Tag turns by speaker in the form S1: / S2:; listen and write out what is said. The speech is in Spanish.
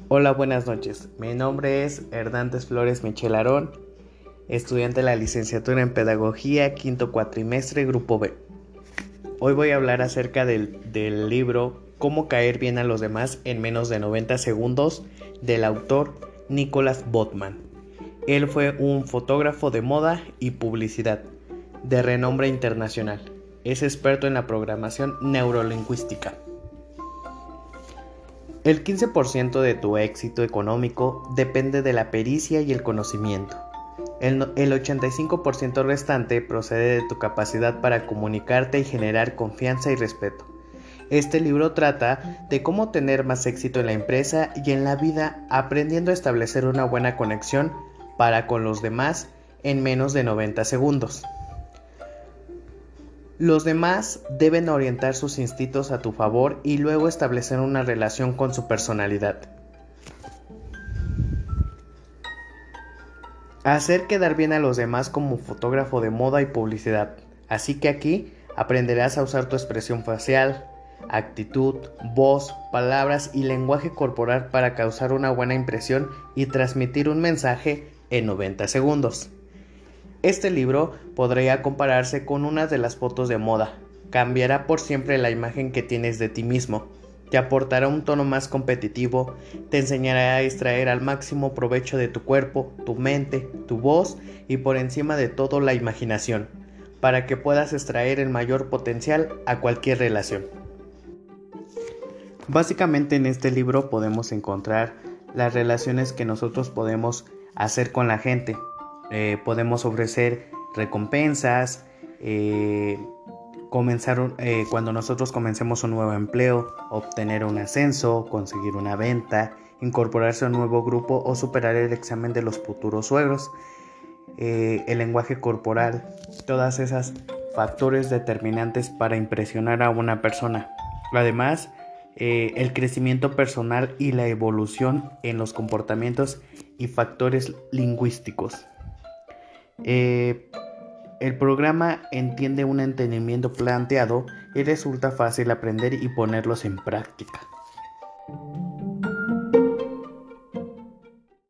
S1: Hola, buenas noches. Mi nombre es Hernández Flores Michel Arón, estudiante de la licenciatura en Pedagogía, quinto cuatrimestre, Grupo B. Hoy voy a hablar acerca del libro Cómo caer bien a los demás en menos de 90 segundos del autor Nicholas Botman. Él fue un fotógrafo de moda y publicidad de renombre internacional. Es experto en la programación neurolingüística. El 15% de tu éxito económico depende de la pericia y el conocimiento. El 85% restante procede de tu capacidad para comunicarte y generar confianza y respeto. Este libro trata de cómo tener más éxito en la empresa y en la vida, aprendiendo a establecer una buena conexión para con los demás en menos de 90 segundos. Los demás deben orientar sus instintos a tu favor y luego establecer una relación con su personalidad. Hacer quedar bien a los demás como fotógrafo de moda y publicidad. Así que aquí aprenderás a usar tu expresión facial, actitud, voz, palabras y lenguaje corporal para causar una buena impresión y transmitir un mensaje en 90 segundos. Este libro podría compararse con una de las fotos de moda. Cambiará por siempre la imagen que tienes de ti mismo. Te aportará un tono más competitivo, te enseñará a extraer al máximo provecho de tu cuerpo, tu mente, tu voz y por encima de todo la imaginación, para que puedas extraer el mayor potencial a cualquier relación. Básicamente en este libro podemos encontrar las relaciones que nosotros podemos hacer con la gente. Podemos ofrecer recompensas, cuando nosotros comencemos un nuevo empleo, obtener un ascenso, conseguir una venta, incorporarse a un nuevo grupo o superar el examen de los futuros suegros. El lenguaje corporal, todas esas factores determinantes para impresionar a una persona. Además, el crecimiento personal y la evolución en los comportamientos y factores lingüísticos. El programa entiende un entendimiento planteado y resulta fácil aprender y ponerlos en práctica.